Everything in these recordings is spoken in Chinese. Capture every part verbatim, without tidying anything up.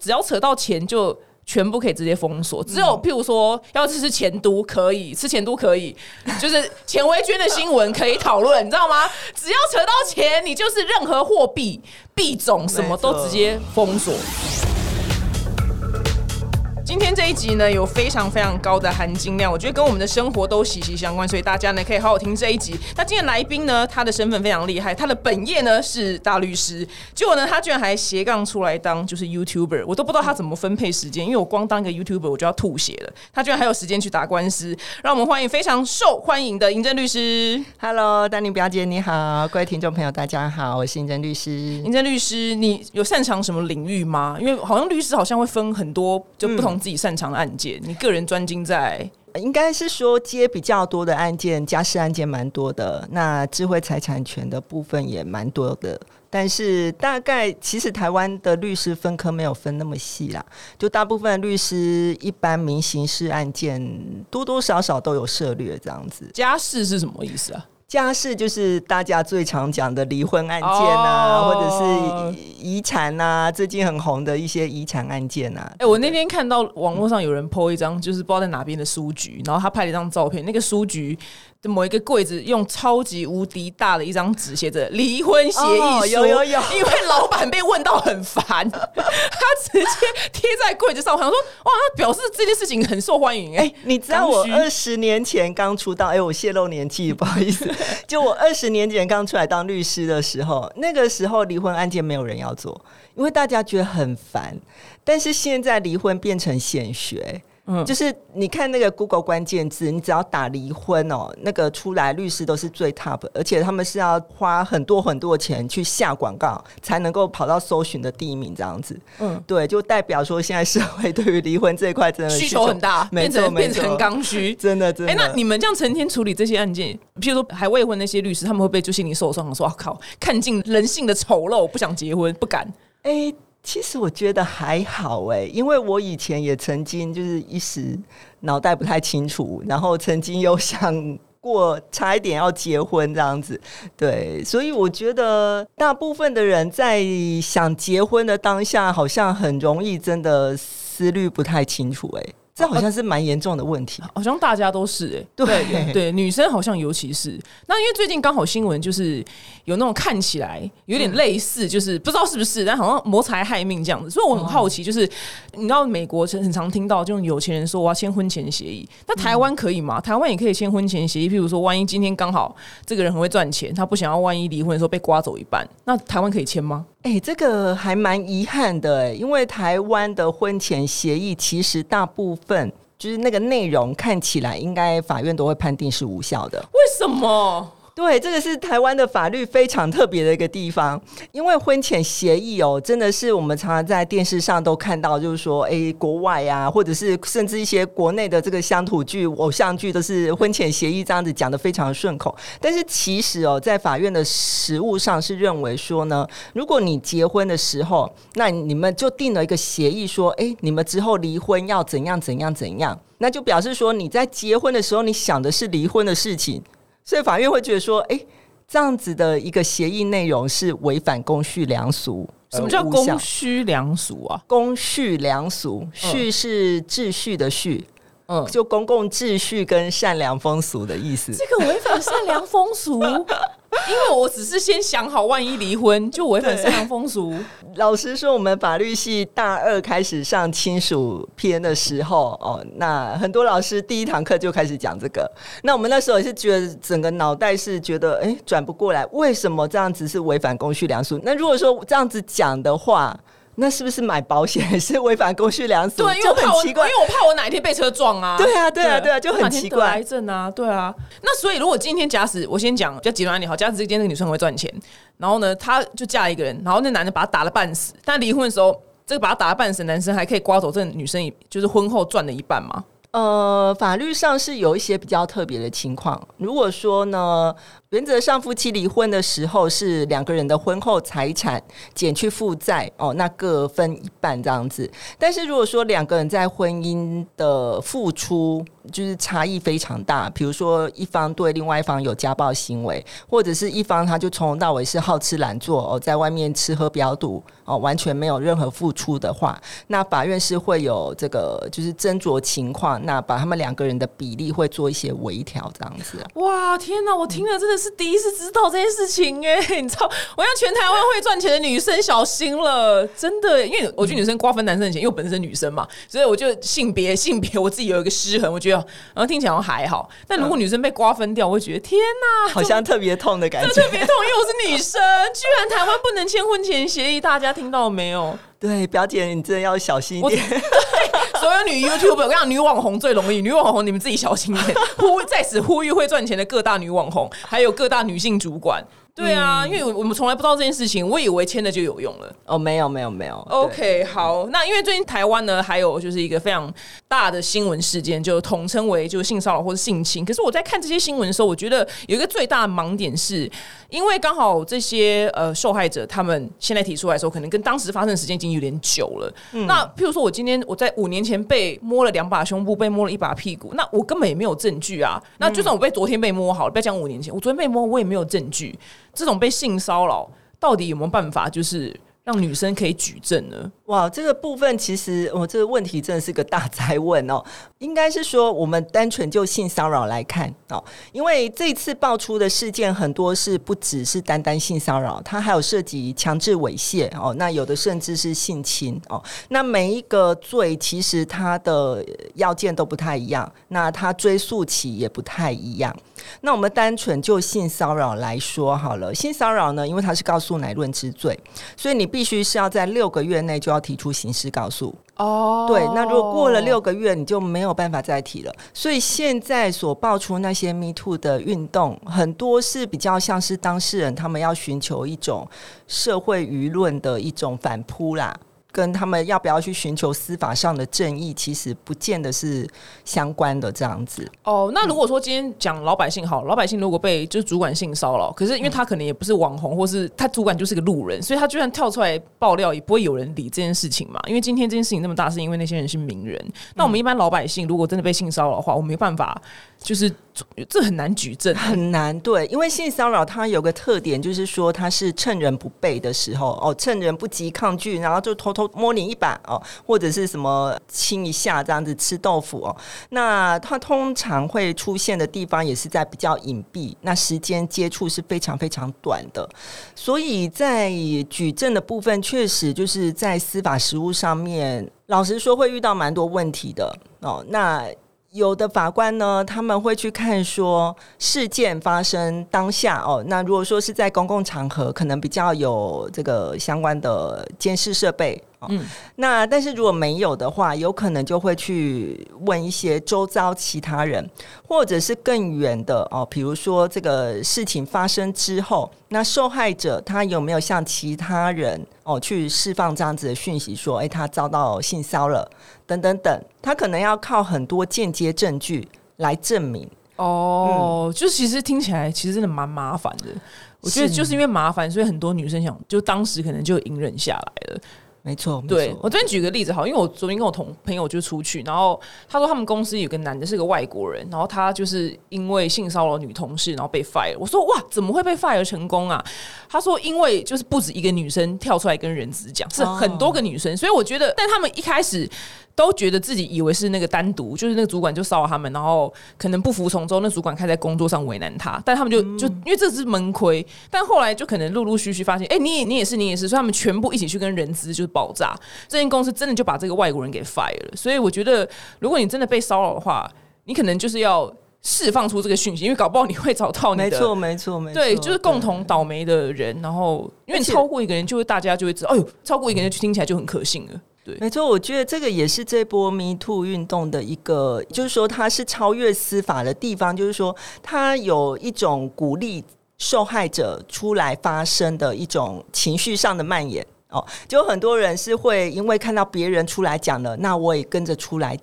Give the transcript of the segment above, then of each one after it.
只要扯到钱就全部可以直接封锁，只有譬如说要吃钱都可以，吃钱都可以，就是钱维娟的新闻可以讨论，你知道吗？只要扯到钱，你就是任何货币币种什么都直接封锁。今天这一集呢，有非常非常高的含金量，我觉得跟我们的生活都息息相关，所以大家呢可以好好听这一集。那今天来宾呢，他的身份非常厉害，他的本业呢是大律师，结果呢他居然还斜杠出来当就是 YouTuber， 我都不知道他怎么分配时间，因为我光当一个 YouTuber 我就要吐血了，他居然还有时间去打官司。让我们欢迎非常受欢迎的银珍律师。 Hello， 丹妮表姐你好，各位听众朋友大家好，我是银珍律师。 银珍律师，你有擅长什么领域吗？因为好像律师好像会分很多就不同自己擅长的案件，嗯、你个人专精在？ 应该是说接比较多的案件，家事案件蛮多的，那智慧财产权的部分也蛮多的。但是大概其实台湾的律师分科没有分那么细啦，就大部分律师一般民刑事案件多多少少都有涉猎这样子。 家事是什么意思啊？ 家事就是大家最常讲的离婚案件啊， oh. 或者是遗产啊，最近很红的一些遗产案件啊。 欸、我那天看到网络上有人 po 一张，就是不知道在哪边的书局，然后他拍了一张照片，那个书局的某一个柜子用超级无敌大的一张纸写着离婚协议书， oh, 有有有， 因为老板被问到很烦，他直接贴在柜子上。我想说，哇，那表示这件事情很受欢迎。哎、欸欸，你知道我二十年前刚出道，哎、欸，我泄露年纪，不好意思。就我二十年前刚出来当律师的时候，那个时候离婚案件没有人要做，因为大家觉得很烦。但是现在离婚变成显学。嗯、就是你看那个 Google 关键字，你只要打离婚哦，那个出来律师都是最 top， 而且他们是要花很多很多钱去下广告才能够跑到搜寻的第一名这样子。嗯，对，就代表说现在社会对于离婚这一块真的需求很大，变成变成刚需， 真的真的。 哎、欸，那你们这样成天处理这些案件，譬如说还未婚那些律师，他们会不会就心里受伤，说、啊、靠，看尽人性的丑陋，不想结婚，不敢？ 哎、欸。其实我觉得还好哎、欸，因为我以前也曾经就是一时脑袋不太清楚，然后曾经有想过差一点要结婚这样子，对，所以我觉得大部分的人在想结婚的当下，好像很容易真的思虑不太清楚哎、欸。这好像是蛮严重的问题， 好像大家都是哎、欸， 对对, 对，女生好像尤其是那，因为最近刚好新闻就是有那种看起来有点类似，就是不知道是不是，但好像谋财害命这样子，所以我很好奇，就是、哦、你知道美国很常听到这种有钱人说我要签婚前协议，那台湾可以吗？台湾也可以签婚前协议，譬如说万一今天刚好这个人很会赚钱，他不想要万一离婚的时候被刮走一半，那台湾可以签吗？ 哎、欸，这个还蛮遗憾的哎、欸，因为台湾的婚前协议其实大部分就是那个内容看起来应该法院都会判定是无效的。 为什么？ 对，这个是台湾的法律非常特别的一个地方，因为婚前协议哦，真的是我们常常在电视上都看到，就是说，哎，国外啊，或者是甚至一些国内的这个乡土剧、偶像剧，都是婚前协议这样子讲得非常顺口。但是其实哦，在法院的实务上是认为说呢，如果你结婚的时候，那你们就定了一个协议，说，哎，你们之后离婚要怎样怎样怎样，那就表示说你在结婚的时候，你想的是离婚的事情。所以法院会觉得说，哎，这样子的一个协议内容是违反公序良俗。 什么叫公序良俗啊？ 公序良俗，序是秩序的序，嗯，就公共秩序跟善良风俗的意思。 这个违反善良风俗？因为我只是先想好万一离婚就违反善良风俗。 老实说，我们法律系大二开始上亲属篇的时候、哦、那很多老师第一堂课就开始讲这个，那我们那时候也是觉得整个脑袋是觉得哎转不过来，为什么这样子是违反公序良俗？那如果说这样子讲的话，那是不是买保险是违反公序良俗？ 对，因为我怕我，因为我怕我哪一天被车撞啊！ 对啊，对啊，对啊，就很奇怪。 哪天得癌症啊，对啊。那所以如果今天假使我先讲比较极端案例，好，假使今天这个女生很会赚钱，然后呢，她就嫁了一个人，然后那男的把她打了半死，但离婚的时候，这个把她打了半死的男生还可以刮走这个女生就是婚后赚的一半吗？ 呃，法律上是有一些比较特别的情况。如果说呢， 原则上夫妻离婚的时候是两个人的婚后财产减去负债哦，那各分一半这样子。但是如果说两个人在婚姻的付出就是差异非常大，比如说一方对另外一方有家暴行为，或者是一方他就从头到尾是好吃懒做哦，在外面吃喝嫖赌哦，完全没有任何付出的话，那法院是会有这个就是斟酌情况，那把他们两个人的比例会做一些微调这样子。 哇，天哪！我听了真的是第一次知道这件事情哎，你知道，我让全台湾会赚钱的女生小心了，真的，因为我觉得女生瓜分男生的钱，因为我本身是女生嘛，所以我就性别性别我自己有一个失衡，我觉得然后听起来好像还好，但如果女生被瓜分掉，我会觉得天哪， 好像特别痛的感觉， 特别痛，因为我是女生，居然台湾不能签婚前协议，大家听到没有？ 对，表姐你真的要小心一点。 所有女 YouTuber， 我跟你讲，女网红最容易，女网红你们自己小心一点。呼在此呼吁会赚钱的各大女网红，还有各大女性主管。对啊，嗯、因为我们从来不知道这件事情，我以为签了就有用了。 哦，没有没有没有。 OK， 好，那因为最近台湾呢，还有就是一个非常大的新闻事件，就统称为就是性骚扰或者性侵。可是我在看这些新闻的时候，我觉得有一个最大的盲点是，因为刚好这些呃受害者他们现在提出来的时候，可能跟当时发生的时间已经有点久了。嗯、那譬如说我今天我在五年前被摸了两把胸部，被摸了一把屁股，那我根本也没有证据啊。那就算我被昨天被摸好了，不要讲五年前，我昨天被摸，我也没有证据。这种被性骚扰到底有没有办法就是让女生可以举证呢？ 哇，这个部分其实我、哦、这个问题真的是个大哉问哦。应该是说我们单纯就性骚扰来看哦，因为这次爆出的事件很多是不只是单单性骚扰，它还有涉及强制猥亵哦，那有的甚至是性侵哦。那每一个罪其实它的要件都不太一样，那它追诉期也不太一样。那我们单纯就性骚扰来说好了，性骚扰呢，因为它是告诉乃论之罪，所以你必须是要在六个月内就要提出刑事告诉。哦，对，那如果过了六个月，你就没有办法再提了。所以现在所爆出那些 Me Too 的运动，很多是比较像是当事人他们要寻求一种社会舆论的一种反扑啦。跟他们要不要去寻求司法上的正义，其实不见得是相关的这样子。 哦，那如果说今天讲老百姓好，老百姓如果被就是主管性骚扰，可是因为他可能也不是网红，或是他主管就是个路人，所以他就算跳出来爆料，也不会有人理这件事情嘛。因为今天这件事情那么大，是因为那些人是名人。那我们一般老百姓如果真的被性骚扰的话，我没办法，就是这很难举证， 很难。对，因为性骚扰它有个特点，就是说它是趁人不备的时候，哦，趁人不及抗拒，然后就偷偷摸你一把哦，或者是什么亲一下这样子吃豆腐哦。那它通常会出现的地方也是在比较隐蔽，那时间接触是非常非常短的，所以在举证的部分，确实就是在司法实务上面，老实说会遇到蛮多问题的哦。那有的法官呢，他们会去看说事件发生当下哦，那如果说是在公共场合，可能比较有这个相关的监视设备。嗯，那但是如果没有的话，有可能就会去问一些周遭其他人，或者是更远的哦，比如说这个事情发生之后，那受害者他有没有向其他人哦去释放这样子的讯息，说哎他遭到性骚扰等等等，他可能要靠很多间接证据来证明。 哦，嗯、就其实听起来其实真的蛮麻烦的。我觉得就是因为麻烦，所以很多女生想就当时可能就隐忍下来了。 没错， 对，我这边举个例子好，因为我昨天跟我同朋友就出去，然后他说他们公司有个男的是个外国人，然后他就是因为性骚扰女同事，然后被 fire。我说哇，怎么会被 fire 成功啊？他说因为就是不止一个女生跳出来跟人资讲，是很多个女生，所以我觉得，但他们一开始都觉得自己以为是那个单独，就是那个主管就骚扰他们，然后可能不服从之后，那主管开始在工作上为难他，但他们就就因为这是闷亏，但后来就可能陆陆续续发现，哎、欸，你也你也是你也是，所以他们全部一起去跟人资就是爆炸，这间公司真的就把这个外国人给 fire 了。所以我觉得，如果你真的被骚扰的话，你可能就是要释放出这个讯息，因为搞不好你会找到你的， 没错没错没错， 对，就是共同倒霉的人，然后因为你超过一个人，就会大家就会知道，哎呦，超过一个人就听起来就很可信了。对， 没错，我觉得这个也是这波 Me Too 运动的一个，就是说它是超越司法的地方，就是说它有一种鼓励受害者出来发声的一种情绪上的蔓延。哦，就很多人是会因为看到别人出来讲了，那我也跟着出来讲。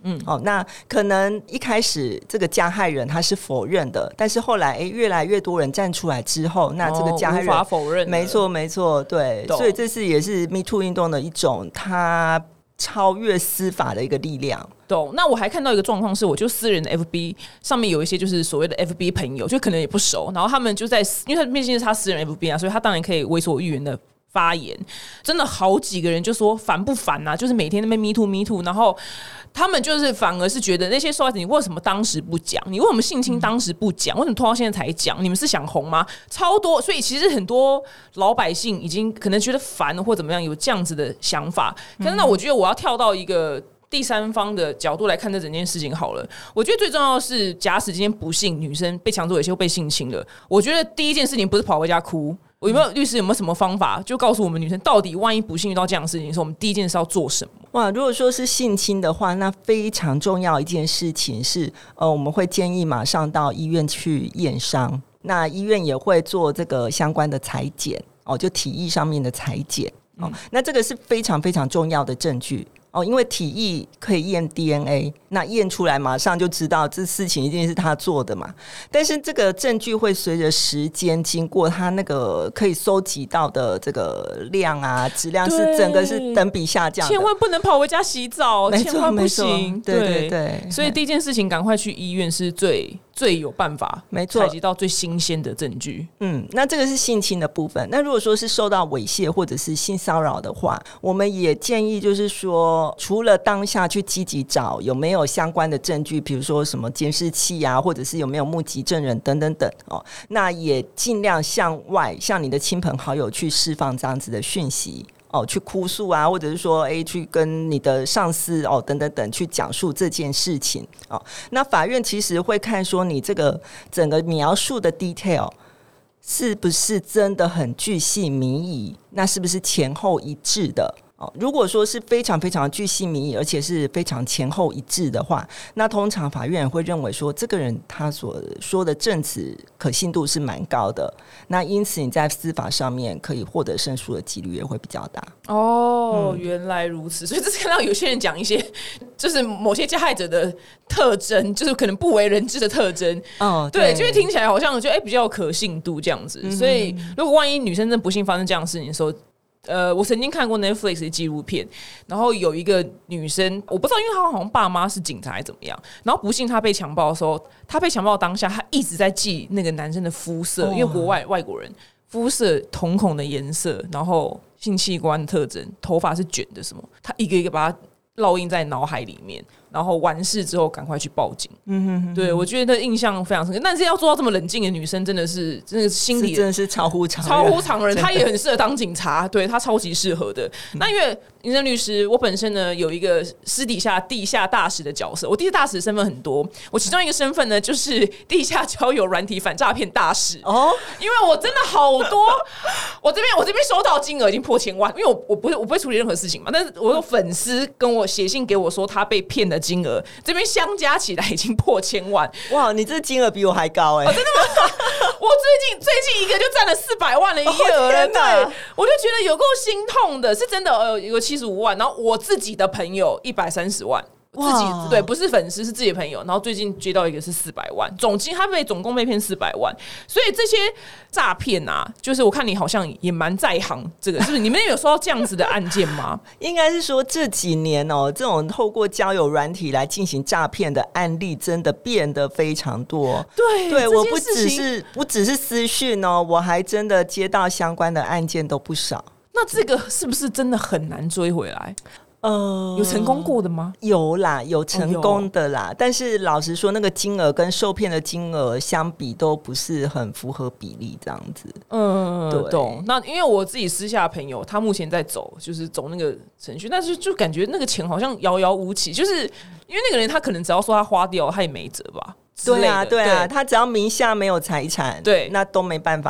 嗯，哦，那可能一开始这个加害人他是否认的，但是后来哎越来越多人站出来之后，那这个加害人、 哦、无法否认， 没错没错，对，所以这是也是 Me Too 运动的一种，它超越司法的一个力量。 懂。那我还看到一个状况是，我就私人的 F B 上面有一些就是所谓的 F B 朋友，就可能也不熟，然后他们就在，因为他毕竟是他私人 F B 啊，所以他当然可以为所欲言的发言。真的好几个人就说烦不烦啊，就是每天那边 Me Too Me Too， 然后他们就是反而是觉得那些受害者，你为什么当时不讲？你为什么性侵当时不讲？为什么拖到现在才讲？你们是想红吗？超多，所以其实很多老百姓已经可能觉得烦或怎么样，有这样子的想法。可是那我觉得我要跳到一个第三方的角度来看这整件事情好了。我觉得最重要的是，假使今天不幸女生被强制猥亵或被性侵了，我觉得第一件事情不是跑回家哭。有没有律师有没有什么方法，就告诉我们女生到底万一不幸遇到这样的事情的时候，我们第一件事要做什么？ 哇，如果说是性侵的话，那非常重要一件事情是，呃，我们会建议马上到医院去验伤，那医院也会做这个相关的裁剪哦，就体液上面的裁剪哦、嗯，那这个是非常非常重要的证据。哦，因为体液可以验 D N A， 那验出来马上就知道这事情一定是他做的嘛。但是这个证据会随着时间经过，他那个可以收集到的这个量啊、质量是整个是等比下降的。 千万不能跑回家洗澡，千万不行。 对对对， 所以第一件事情赶快去医院是最最有办法， 没错， 采集到最新鲜的证据。 嗯，那这个是性侵的部分。那如果说是受到猥亵或者是性骚扰的话，我们也建议就是说，除了当下去积极找有没有相关的证据，比如说什么监视器啊，或者是有没有目击证人等等等哦，那也尽量向外向你的亲朋好友去释放这样子的讯息。哦，去哭诉啊，或者是说，哎，去跟你的上司哦，等等等，去讲述这件事情哦。那法院其实会看说你这个整个描述的 detail 是不是真的很巨细靡遗，那是不是前后一致的？哦，如果说是非常非常巨细靡遗，而且是非常前后一致的话，那通常法院也会认为说，这个人他所说的证词可信度是蛮高的，那因此你在司法上面可以获得胜诉的几率也会比较大。 哦、嗯，原来如此，所以这是看到有些人讲一些就是某些加害者的特征，就是可能不为人知的特征。哦，对，对，就会听起来好像就哎、欸、比较有可信度这样子。嗯、所以如果万一女生真不幸发生这样的事情的时候，呃，我曾经看过 Netflix 的纪录片，然后有一个女生，我不知道，因为她好像爸妈是警察还是怎么样，然后不幸她被强暴的时候，她被强暴当下，她一直在记那个男生的肤色，因为国外外国人肤色、瞳孔的颜色，然后性器官的特征，头发是卷的什么，她一个一个把它烙印在脑海里面。然后完事之后赶快去报警。嗯哼哼，对，我觉得印象非常深刻。但是要做到这么冷静的女生，真的是真的心理真的是超乎常人， 超乎常人。她也很适合当警察，对，她超级适合的。嗯、那因为林真律师，我本身呢有一个私底下地下大使的角色，我地下大使的身份很多。我其中一个身份呢就是地下交友软体反诈骗大使哦，因为我真的好多，我这边我这边收到金额已经破千万，因为我我不是我不会处理任何事情嘛，但是我有粉丝跟我写信给我说他被骗的金额，这边相加起来已经破千万。 哇，你这金额比我还高哎、欸哦！ 真的吗？我最近最近一个就占了四百万的营业额了，对，我就觉得有够心痛的，是真的。呃，有个七十五万，然后我自己的朋友一百三十万。自己对，不是粉丝，是自己的朋友。然后最近接到一个是四百万，总金他被总共被骗四百万。所以这些诈骗啊，就是我看你好像也蛮在行，这个是不是？你们有收到这样子的案件吗？ 应该是说这几年哦，这种透过交友软体来进行诈骗的案例真的变得非常多。 对， 对，我不只是不只是私讯哦，我还真的接到相关的案件都不少。 那这个是不是真的很难追回来？呃，有成功过的吗？ 有啦，有成功的啦、哦、但是老实说那个金额跟受骗的金额相比都不是很符合比例这样子。 嗯，对，懂。那因为我自己私下的朋友他目前在走就是走那个程序，但是就感觉那个钱好像遥遥无期，就是因为那个人他可能只要说他花掉他也没辙吧。 对啊对啊，他只要名下没有财产， 对， 那都没办法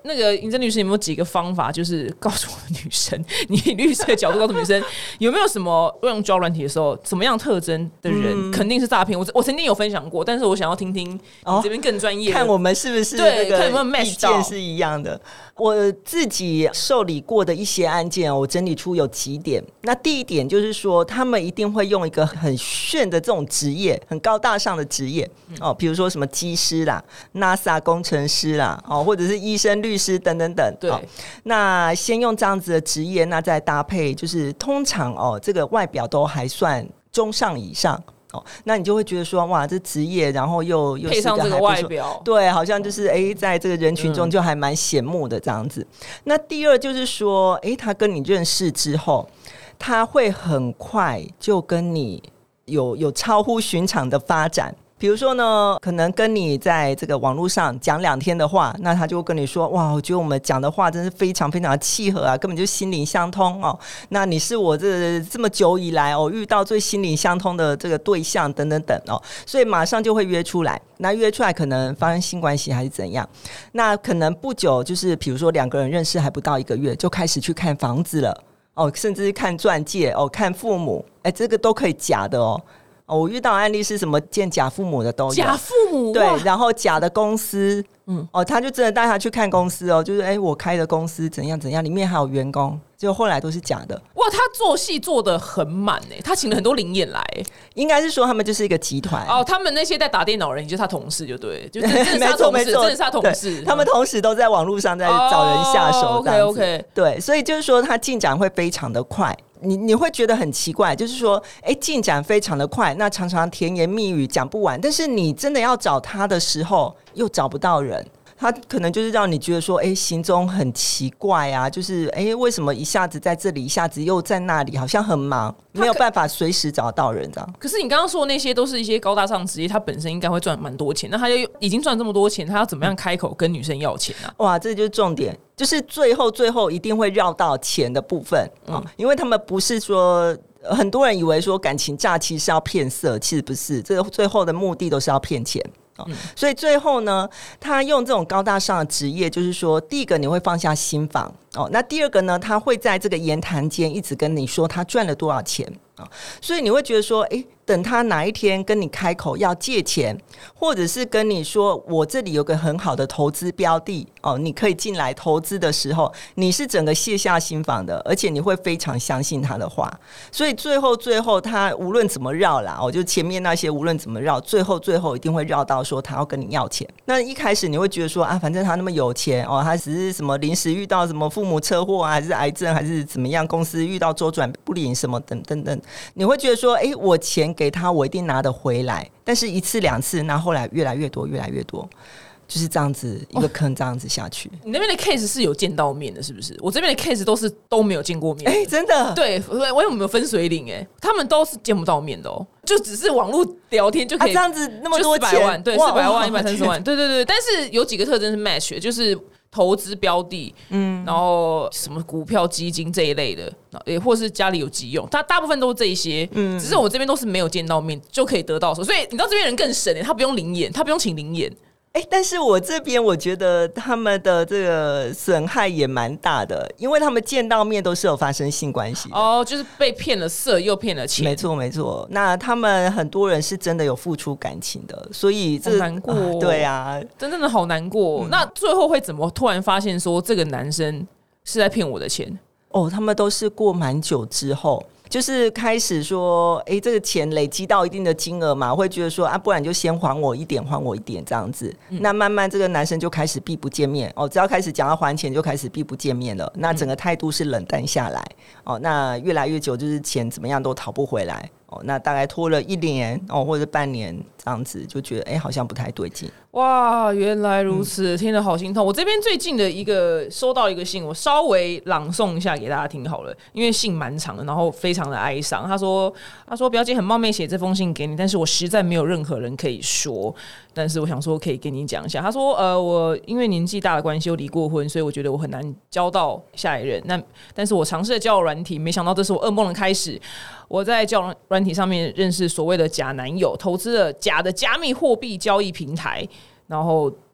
那个银针律师有没有几个方法，就是告诉我们女生，你以律师的角度告诉女生，有没有什么用交友软体的时候，什么样特征的人、嗯、肯定是诈骗？我我曾经有分享过，但是我想要听听你这边更专业、哦， 看我们是不是对，看有没有 match 到， 意见是一样的。我自己受理过的一些案件，我整理出有几点。那第一点就是说，他们一定会用一个很炫的这种职业，很高大上的职业、嗯、哦，比如说什么机师啦、NASA 工程师啦，哦，或者是医生、律师等等等。 对、 哦，那先用这样子的职业，那再搭配，就是通常哦，这个外表都还算中上以上。哦，那你就会觉得说，哇，这职业，然后又又配上这个外表， 对，好像就是哎、欸，在这个人群中就还蛮显目的这样子。嗯、那第二就是说，哎、欸，他跟你认识之后，他会很快就跟你有有超乎寻常的发展。比如说呢，可能跟你在这个网络上讲两天的话，那他就会跟你说，哇，我觉得我们讲的话真是非常非常的契合啊，根本就心灵相通哦。那你是我这这么久以来哦遇到最心灵相通的这个对象等等等哦，所以马上就会约出来。那约出来可能发生性关系还是怎样？那可能不久就是比如说两个人认识还不到一个月，就开始去看房子了哦，甚至是看钻戒哦，看父母，哎，这个都可以假的哦。哦、我遇到案例是什么见假父母的都有， 假父母对，然后假的公司，嗯，哦，他就真的带他去看公司哦，就是哎，我开的公司怎样怎样，里面还有员工，结果后来都是假的。 哇，他做戏做得很满哎，他请了很多灵演来， 应该是说他们就是一个集团哦，他们那些在打电脑的人就是他同事，就对，就真的是他同事，真的是他同事， 他们同时都在网络上在找人下手，这样子、哦、OK OK， 对，所以就是说他进展会非常的快。你你会觉得很奇怪，就是说，哎，进展非常的快，那常常甜言蜜语讲不完，但是你真的要找他的时候，又找不到人。他可能就是让你觉得说，哎，行踪很奇怪啊，就是哎，为什么一下子在这里，一下子又在那里，好像很忙，没有办法随时找到人这样。 可是你刚刚说的那些都是一些高大上职业，他本身应该会赚蛮多钱，那他就已经赚这么多钱，他要怎么样开口跟女生要钱啊？ 哇，这就是重点，就是最后最后一定会绕到钱的部分啊、嗯，因为他们不是说。很多人以为说感情诈欺是要骗色，其实不是，这个最后的目的都是要骗钱。嗯、所以最后呢，他用这种高大上的职业，就是说，第一个你会放下心防哦，那第二个呢，他会在这个言谈间一直跟你说他赚了多少钱啊、哦，所以你会觉得说，哎，等他哪一天跟你开口要借钱，或者是跟你说我这里有个很好的投资标的哦，你可以进来投资的时候，你是整个卸下心防的，而且你会非常相信他的话。所以最后最后他无论怎么绕啦，哦，就前面那些无论怎么绕，最后最后一定会绕到说他要跟你要钱。那一开始你会觉得说啊，反正他那么有钱哦，他只是什么临时遇到什么父母车祸啊，还是癌症，还是怎么样，公司遇到周转不灵什么等等等，你会觉得说，哎，我钱给他，我一定拿得回来。但是一次两次，那后来越来越多，越来越多。就是这样子一个坑这样子下去、哦、 你那边的 case 是有见到面的是不是？我这边的 case 都是都没有见过面的。 哎、欸，真的？ 对，我有没有分水岭？哎，他们都是见不到面的哦，就只是网络聊天就可以、 啊、这样子那么多钱， 四百万，对，四百万一百三十万，对对对。但是有几个特征是 match 的，就是投资标的，嗯，然后什么股票、基金这一类的，也或是家里有急用，他大部分都是这一些，嗯，只是我这边都是没有见到面就可以得到手，所以你知道这边人更神哎，他不用灵眼，他不用请灵眼。 哎，但是我这边我觉得他们的这个损害也蛮大的，因为他们见到面都是有发生性关系的哦，就是被骗了色又骗了钱， 没错没错。那他们很多人是真的有付出感情的，所以这好难过、哦啊，对啊， 真正的好难过、嗯。那最后会怎么突然发现说这个男生是在骗我的钱？ 哦，他们都是过蛮久之后。就是开始说，哎，这个钱累积到一定的金额嘛，会觉得说啊，不然就先还我一点，还我一点这样子。嗯、那慢慢这个男生就开始避不见面哦，只要开始讲要还钱，就开始避不见面了。那整个态度是冷淡下来哦，那越来越久，就是钱怎么样都讨不回来哦。那大概拖了一年哦，或者半年这样子，就觉得哎，好像不太对劲。 哇，原来如此，嗯、听得好心痛。我这边最近的一个收到一个信，我稍微朗诵一下给大家听好了，因为信蛮长的，然后非常的哀伤。他说：“他说表姐很冒昧写这封信给你，但是我实在没有任何人可以说，但是我想说可以跟你讲一下。”他说：“呃，我因为年纪大的关系，又离过婚，所以我觉得我很难交到下一任。那但是我尝试了交友软体，没想到这是我噩梦的开始。我在交友软体上面认识所谓的假男友，投资了假的加密货币交易平台。”然后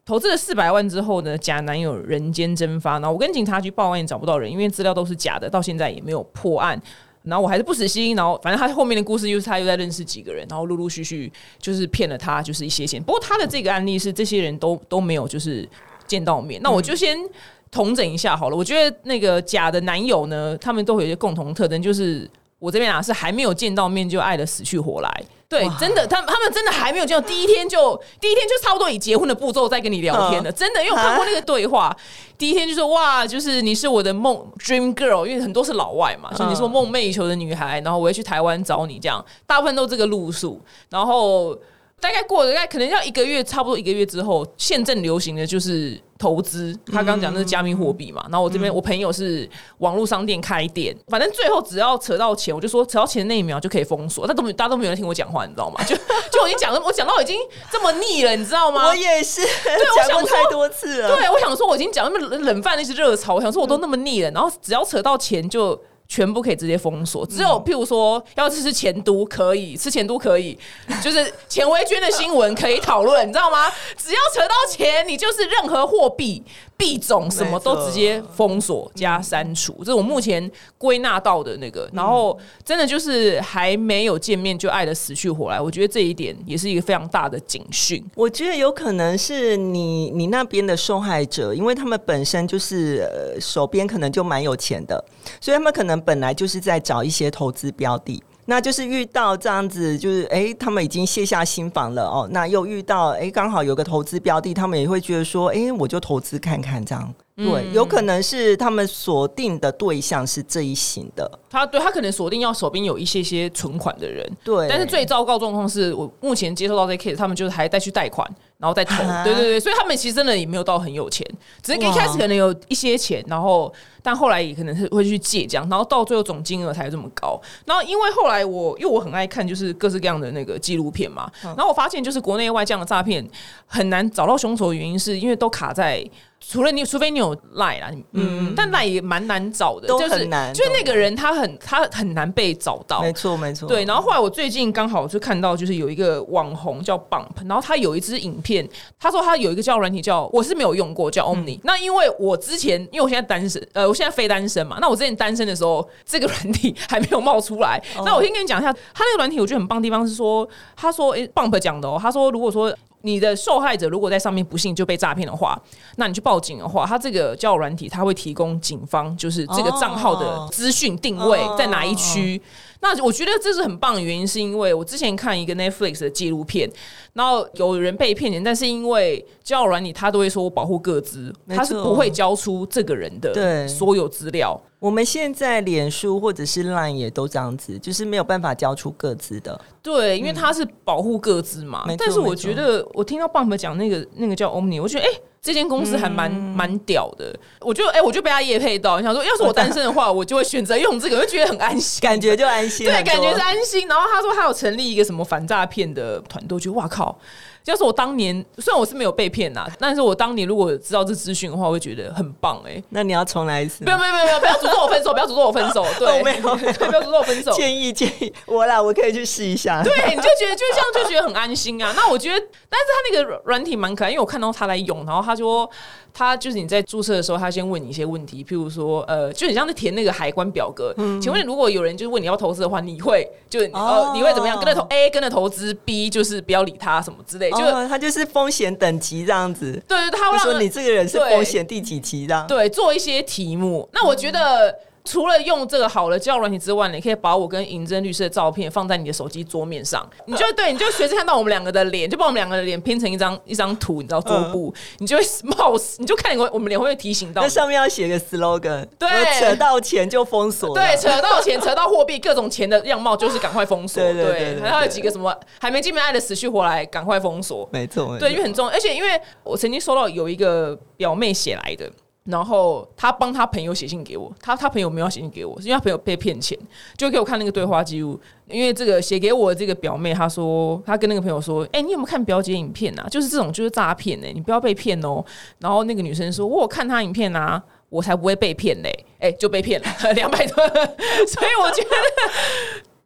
投资了四百万之后呢，假男友人间蒸发，然后我跟警察局报案也找不到人，因为资料都是假的，到现在也没有破案。然后我还是不死心，然后反正他后面的故事就是他又在认识几个人，然后陆陆续续就是骗了他就是一些钱。不过他的这个案例是这些人都都没有就是见到面，那我就先统整一下好了。我觉得那个假的男友呢，他们都有一些共同特征，就是我这边啊是还没有见到面就爱得死去活来。对，真的，他们他们真的还没有见到，第一天就第一天就差不多以结婚的步骤在跟你聊天了，真的，因为我看过那个对话，第一天就说哇，就是你是我的梦 dream girl， 因为很多是老外嘛，说你是我梦寐以求的女孩，然后我会去台湾找你，这样大部分都这个路数，然后大概过了大概可能要一个月，差不多一个月之后，现正流行的就是投资。他刚刚讲的是加密货币嘛，然后我这边我朋友是网络商店开店，反正最后只要扯到钱，我就说扯到钱的那一秒就可以封锁。但都大家都没有人听我讲话，你知道吗？就就我已经讲了，我讲到已经这么腻了，你知道吗？ 我也是，对，讲过太多次了。 对，我想说我已经讲那么冷饭那些热潮，我想说我都那么腻了，然后只要扯到钱就。全部可以直接封锁，只有譬如说要吃前都可以吃前都可以，就是钱维娟的新闻可以讨论，你知道吗？只要扯到钱，你就是任何货币币种什么都直接封锁加删除，这是我目前归纳到的那个。然后真的就是还没有见面就爱得死去活来，我觉得这一点也是一个非常大的警讯。 我觉得有可能是你你那边的受害者，因为他们本身就是、呃、手边可能就蛮有钱的，所以他们可能本来就是在找一些投资标的，那就是遇到这样子，就是哎，他们已经卸下心防了哦，那又遇到哎，刚好有个投资标的，他们也会觉得说，哎，我就投资看看这样。对，嗯、有可能是他们锁定的对象是这一型的， 他对他可能锁定要手边有一些些存款的人， 对。 但是最糟糕状况是我目前接受到这 case， 他们就是还再去贷款，然后再投， 啊、 对对对，所以他们其实真的也没有到很有钱，只是一开始可能有一些钱，然后但后来也可能是会去借这样，然后到最后总金额才这么高。然后因为后来我因为我很爱看就是各式各样的那个纪录片嘛，嗯、然后我发现就是国内外这样的诈骗很难找到凶手的原因，是因为都卡在。除了你，除非你有 Line 啦，嗯，但 Line 也蛮难找的， 都很难。 就是那个人他很他很难被找到， 没错没错。 对，然后后来我最近刚好就看到，就是有一个网红叫 Bump， 然后他有一支影片，他说他有一个交友软体叫，我是没有用过，叫 Omni、嗯。那因为我之前因为我现在单身，呃，我现在非单身嘛，那我之前单身的时候，这个软体还没有冒出来。哦、那我先跟你讲一下，他那个软体我觉得很棒的地方是说，他说，哎、欸、，Bump 讲的哦，他说如果说。你的受害者如果在上面不幸就被诈骗的话，那你去报警的话，他这个交友软体他会提供警方就是这个账号的资讯定位在哪一区。那我觉得这是很棒的原因，是因为我之前看一个 Netflix 的纪录片，然后有人被骗钱，但是因为交友软体他都会说我保护个资，他是不会交出这个人的所有资料。 我们现在脸书或者是 Line 也都这样子，就是没有办法交出个资的。 对，因为他是保护个资嘛、嗯。但是我觉得我听到 Bump 讲那个那个叫 Omni， 我觉得哎、欸，这间公司还蛮蛮、嗯、屌的。我就哎、欸，我就被他业配到，你想说，要是我单身的话，我就会选择用这个，我就觉得很安心， 感觉就安心。 对，感觉是安心。然后他说他有成立一个什么反诈骗的团队，我觉得哇靠。要是我当年，虽然我是没有被骗呐，但是我当年如果知道这资讯的话，我会觉得很棒哎、欸。 那你要重来一次？ 没有没有没有，不要诅咒我分手，不要诅咒我分手。对， 没有， 不要诅咒我分手。 建议建议我啦，我可以去试一下。 对，你就觉得就这样就觉得很安心啊。那我觉得，但是他那个软体蛮可爱，因为我看到他在用，然后他说他就是你在注册的时候，他先问你一些问题，譬如说呃，就很像是填那个海关表格。嗯、请问如果有人就是问你要投资的话，你会就、哦呃、你会怎么样？跟着投 A 跟着投资 B， 就是不要理他什么之类，就、 哦、他就是。风险等级这样子， 对对，他会让说你这个人是风险第几级这样， 对，做一些题目。那我觉得。嗯除了用这个好的交友软体之外，你可以把我跟银针律师的照片放在你的手机桌面上，你就对，你就随时看到我们两个的脸，就把我们两个的脸拼成一张一张图，你知道桌布，嗯、你就会冒，你就看我们脸会提醒到你。 那上面要写个 slogan， 对，扯到钱就封锁， 对，扯到钱，扯到货币，各种钱的样貌就是赶快封锁， 对对 对, 对, 对, 对， 还有几个什么还没见面爱的死去活来，赶快封锁， 没错， 对，因为很重要，而且因为我曾经收到有一个表妹写来的。然后他帮他朋友写信给我，他他朋友没有写信给我，是因为他朋友被骗钱，就给我看那个对话记录。因为这个写给我的这个表妹，她说她跟那个朋友说：“哎、欸，你有没有看表姐影片啊？就是这种就是诈骗哎，你不要被骗哦。”然后那个女生说：“我有看她影片啊，我才不会被骗嘞。”哎，就被骗了两百多，所以我觉得。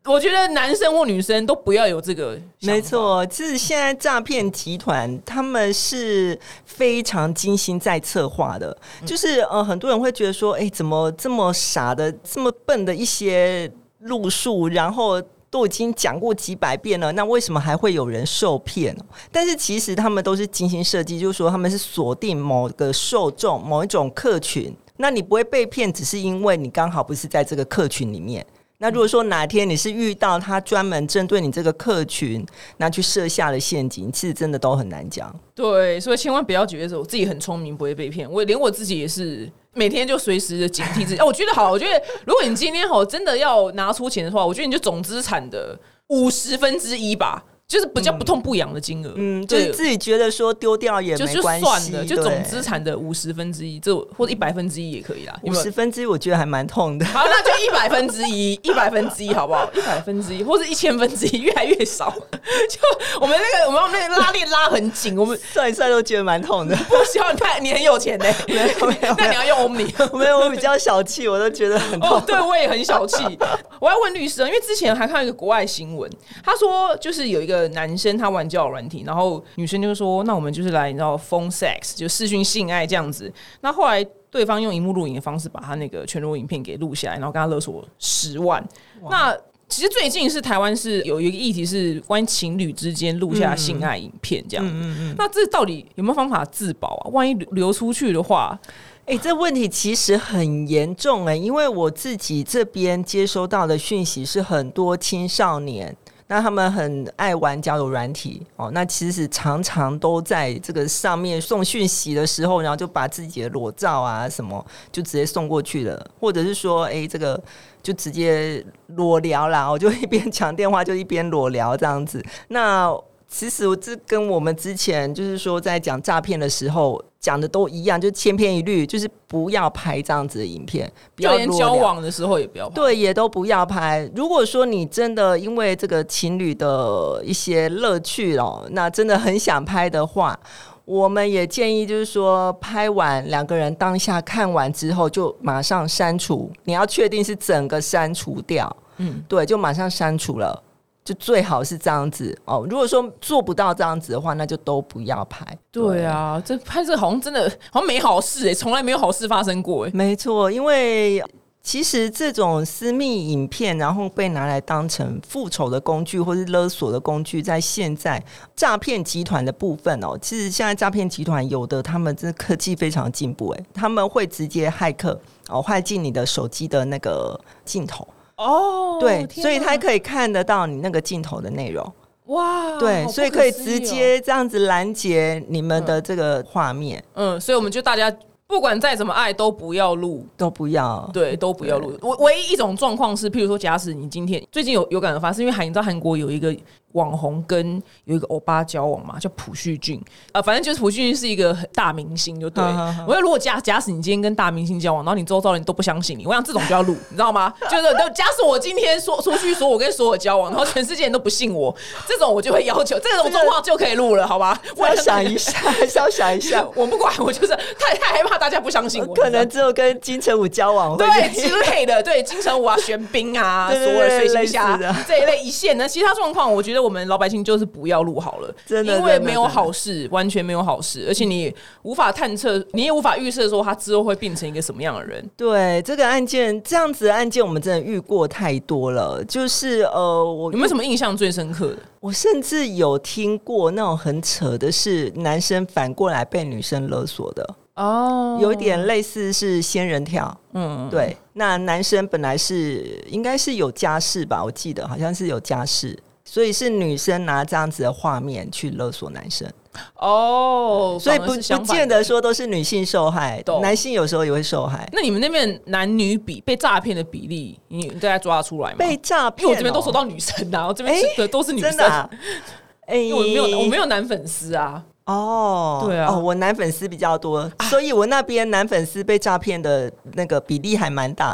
我觉得男生或女生都不要有这个想法。 没错，就是现在诈骗集团他们是非常精心在策划的，嗯、就是呃，很多人会觉得说，哎，怎么这么傻的、这么笨的一些路数，然后都已经讲过几百遍了，那为什么还会有人受骗？但是其实他们都是精心设计，就是说他们是锁定某个受众、某一种客群，那你不会被骗，只是因为你刚好不是在这个客群里面。那如果说哪天你是遇到他专门针对你这个客群那去设下的陷阱，其实真的都很难讲。 对，所以千万不要觉得我自己很聪明不会被骗，我连我自己也是每天就随时的警惕自己、啊、我觉得好，我觉得如果你今天好真的要拿出钱的话，我觉得你就总资产的五十分之一吧，就是比较不痛不痒的金额， 嗯，就是自己觉得说丢掉也没关系，就算了，就总资产的五十分之一，这或者一百分之一也可以啦。 五十分之一我觉得还蛮痛的。 好，那就一百分之一，一百分之一好不好？一百分之一，或者一千分之一，越来越少。就我们那个，我们那个拉链拉很紧，我们算一算都觉得蛮痛的。 不需要，你看你很有钱呢、欸， 没有没有， 那你要用 Omni， 没有，我比较小气，我都觉得很痛。 哦，对，我也很小气。我要问律师，因为之前还看到一个国外新闻，他说就是有一个男生他玩交友软体，然后女生就说那我们就是来你知道 phone sex 就视讯性爱这样子，那后来对方用萤幕录影的方式把他那个全裸影片给录下来，然后跟他勒索十万。那其实最近是台湾是有一个议题是关于情侣之间录下性爱影片这样、嗯嗯嗯、那这到底有没有方法自保啊？万一流出去的话， 哎、欸，这问题其实很严重哎、欸，因为我自己这边接收到的讯息是很多青少年，那他们很爱玩交友软体哦，那其实常常都在这个上面送讯息的时候，然后就把自己的裸照啊什么就直接送过去了，或者是说，哎、欸，这个就直接裸聊啦，我就一边讲电话就一边裸聊这样子。那其实我这跟我们之前就是说在讲诈骗的时候讲的都一样，就千篇一律，就是不要拍这样子的影片，不要就连交往的时候也不要拍， 对，也都不要拍。如果说你真的因为这个情侣的一些乐趣哦，那真的很想拍的话，我们也建议就是说拍完两个人当下看完之后就马上删除，你要确定是整个删除掉，嗯，对，就马上删除了。就最好是这样子哦。如果说做不到这样子的话，那就都不要拍。 对, 对啊，这拍这好像真的好像没好事哎、欸，从来没有好事发生过哎、欸。 没错，因为其实这种私密影片，然后被拿来当成复仇的工具或是勒索的工具，在现在诈骗集团的部分哦，其实现在诈骗集团有的他们这科技非常进步哎，他们会直接骇客哦，骇进你的手机的那个镜头。哦，对，所以他可以看得到你那个镜头的内容。哇，对，所以可以直接这样子拦截你们的这个画面。 嗯，所以我们就大家不管再怎么爱都不要录， 都不要， 对，都不要录。唯一一种状况是，譬如说，假使你今天最近有有感而发，是因为韩你知道韩国有一个网红跟有一个欧巴交往嘛，叫朴叙俊，呃，反正就是朴叙俊是一个大明星，就对。我觉得如果假假使你今天跟大明星交往，然后你周遭人都不相信你，我想这种就要录，你知道吗？就是假使我今天说出去说我跟所有交往，然后全世界人都不信我，这种我就会要求这种状况就可以录了，好吧？ 我要想一下，还是要想一下。 我不管，我就是太太害怕大家不相信我， 可能只有跟金城武交往， 对之类的，对金城武啊、玄彬啊、所有水行侠这一类一线呢，其他状况我觉得我们老百姓就是不要录好了，真的，因为没有好事，完全没有好事，而且你无法探测，你也无法预测说他之后会变成一个什么样的人。 对，这个案件这样子的案件，我们真的遇过太多了。就是呃，我有没有什么印象最深刻的？ 我甚至有听过那种很扯的是，男生反过来被女生勒索的。哦，有一点类似是仙人跳。嗯，对。那男生本来是应该是有家室吧，我记得好像是有家室。所以是女生拿这样子的画面去勒索男生哦，所以 不, 不见得说都是女性受害，男性有时候也会受害。 那你们那边男女比被诈骗的比例，你大家抓出来吗？ 被诈骗、哦， 因为我这边都收到女生啊，我这边的都是女生，真的、啊。哎、欸，我没有我没有男粉丝啊。 哦，对啊，哦，我男粉丝比较多，啊、所以我那边男粉丝被诈骗的那个比例还蛮大的、欸。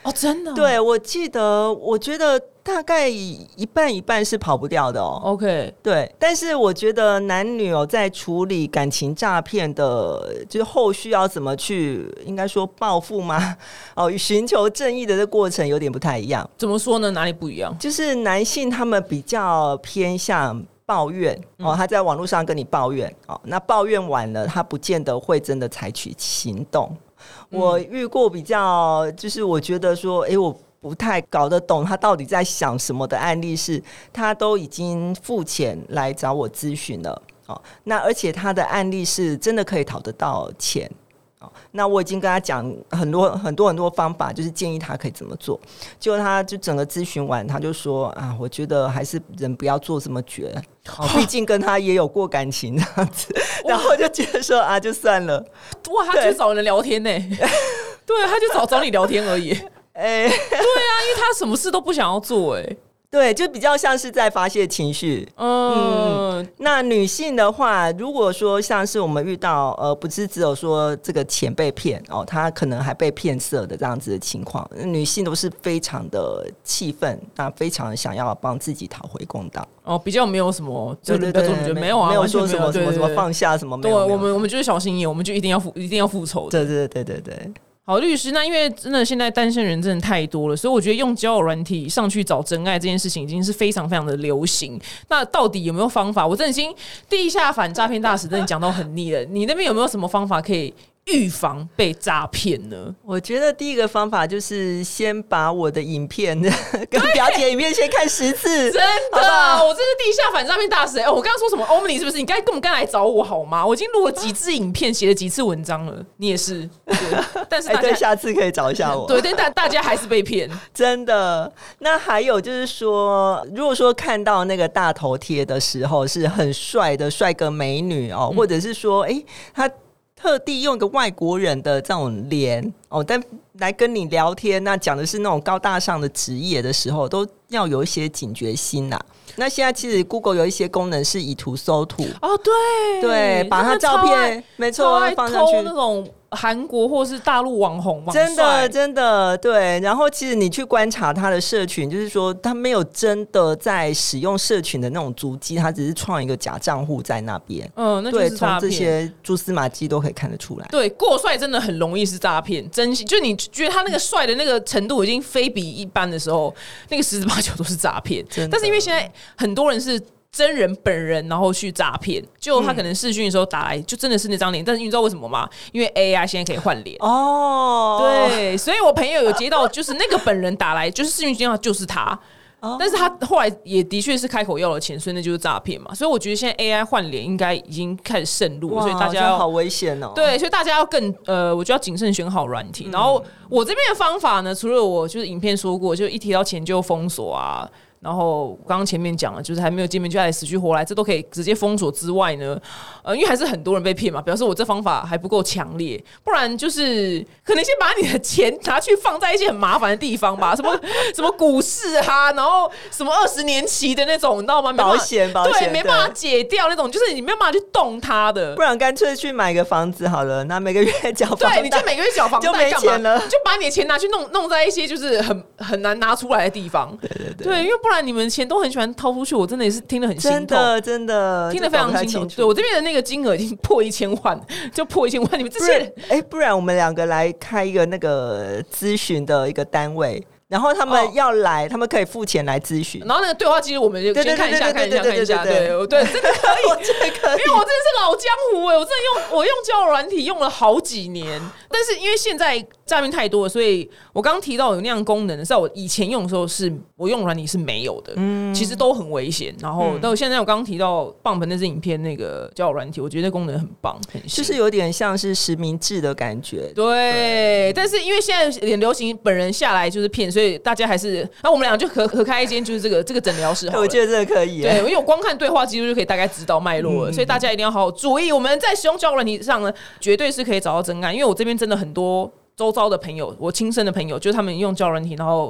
哦，真的、哦？ 对，我记得，我觉得大概一半一半是跑不掉的哦。 OK， 对，但是我觉得男女哦在处理感情诈骗的，就是后续要怎么去，应该说报复吗？哦，寻求正义的这过程有点不太一样。 怎么说呢？哪里不一样？ 就是男性他们比较偏向抱怨哦，他在网络上跟你抱怨哦，那抱怨完了，他不见得会真的采取行动。我遇过比较，就是我觉得说，哎，我不太搞得懂他到底在想什么的案例是，他都已经付钱来找我咨询了哦，那而且他的案例是真的可以讨得到钱。那我已经跟他讲很多很多很多方法，就是建议他可以怎么做。结果他就整个咨询完，他就说啊，我觉得还是人不要做这么绝，哦，毕竟跟他也有过感情这样子。然后就觉得说啊，就算了。 哇，他就找人聊天呢，对，他就找找你聊天而已。哎、欸，对啊，因为他什么事都不想要做，哎。 对，就比较像是在发泄情绪。嗯, 嗯，那女性的话，如果说像是我们遇到呃，不是只有说这个钱被骗哦，她可能还被骗色的这样子的情况，女性都是非常的气愤，那非常想要帮自己讨回公道。 哦，比较没有什么， 对对对， 对没有啊， 没有说什么什么什么放下什么， 对，我们我们就是小心眼，我们就一定要复一定要复仇的。 对对对对对。 好，律师，那因为真的现在单身人真的太多了，所以我觉得用交友软体上去找真爱这件事情已经是非常非常的流行。那到底有没有方法？我真的已经地下反诈骗大使真的讲到很腻了，你那边有没有什么方法可以预防被诈骗呢？ 我觉得第一个方法就是先把我的影片跟表姐影片先看十次。 真的，好好我这是地下反诈骗大使、欸、我刚刚说什么欧姆尼是不是？你该根本刚来找我好吗？我已经录了几支影片，写了几次文章了，你也是。但是大家、欸、 对，下次可以找一下我。 对，但大大家还是被骗， 真的。那还有就是说，如果说看到那个大头贴的时候是很帅的帅哥美女哦，嗯、或者是说，哎、欸，他特地用一个外国人的这种脸哦，但来跟你聊天，那讲的是那种高大上的职业的时候，都要有一些警觉心呐、啊。那现在其实 Google 有一些功能是以图搜图哦，对对，把他照片没错放上去， 那种韩国或是大陆网红， 真的真的对。然后其实你去观察他的社群，就是说他没有真的在使用社群的那种足迹，他只是创一个假账户在那边。 嗯，那就是诈骗。 对，从这些蛛丝马迹都可以看得出来。 对，过帅真的很容易是诈骗，真心就你觉得他那个帅的那个程度已经非比一般的时候，那个十之八九都是诈骗。但是因为现在很多人是真人本人，然后去诈骗，就他可能视讯的时候打来，就真的是那张脸。但是你知道为什么吗？因为 A I 现在可以换脸哦。对，所以我朋友有接到，就是那个本人打来，就是视讯电话就是他。但是他后来也的确是开口要了钱，所以那就是诈骗嘛。所以我觉得现在 A I 换脸应该已经开始渗入，所以大家要好危险哦。 对，所以大家要更呃，我就要谨慎选好软体。嗯、然后我这边的方法呢，除了我就是影片说过，就一提到钱就封锁啊。然后刚刚前面讲了，就是还没有见面就爱死去活来，这都可以直接封锁之外呢，呃，因为还是很多人被骗嘛，表示我这方法还不够强烈，不然就是可能先把你的钱拿去放在一些很麻烦的地方吧，什么什么股市啊，然后什么二十年期的那种，你知道吗？ 保险保险， 对，没办法解掉那种，就是你没有办法去动它的， 不然干脆去买个房子好了，那每个月缴房贷， 对，你就每个月缴房贷就没钱了， 就把你的钱拿去弄弄在一些就是很很难拿出来的地方，对对对，对，因为不然。你们钱都很喜欢掏出去，我真的也是听得很心痛， 真的真的听得非常心痛。对，我这边的那个金额已经破一千万，就破一千万。你们这些人， 哎，不然我们两个来开一个那个咨询的一个单位。然后他们要来，哦、他们可以付钱来咨询。 然后那个对话记录我们就先看一下，看一下，看一下。对对，真的可以， 我真的可以， 因为我真的是老江湖哎、欸，我真的用我用交友软体用了好几年，但是因为现在诈骗太多了，所以我刚刚提到有那样功能，在我以前用的时候是我用软体是没有的，嗯，其实都很危险。然后到现在我刚刚提到棒盆那支影片那个交友软体，我觉得功能很棒，很就是有点像是实名制的感觉。 对，对但是因为现在很流行本人下来就是骗，所以大家还是那我们俩就合合开一间就是这个这个诊疗室好了， 我觉得这个可以。 对，因为我光看对话记录就可以大概知道脉络了，嗯、所以大家一定要好好注意。我们在使用交友软体上呢，绝对是可以找到真爱，因为我这边真的很多周遭的朋友，我亲生的朋友，就是他们用交友软体，然后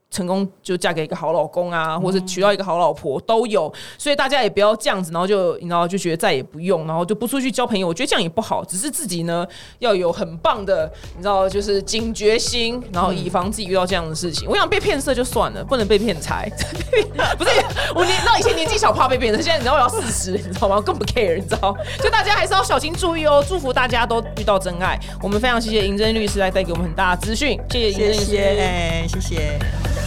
成功就嫁给一个好老公啊，或者娶到一个好老婆都有，所以大家也不要这样子，然后就你知道就觉得再也不用，然后就不出去交朋友。我觉得这样也不好，只是自己呢要有很棒的你知道就是警觉心，然后以防自己遇到这样的事情。我想被骗色就算了，不能被骗财。不是我年到以前年纪小怕被骗色，现在你知道我要四十，你知道吗？更不 care， 你知道？就大家还是要小心注意哦。祝福大家都遇到真爱。我们非常谢谢银珍律师来带给我们很大的资讯，谢谢银珍律师， 谢谢，哎，谢谢。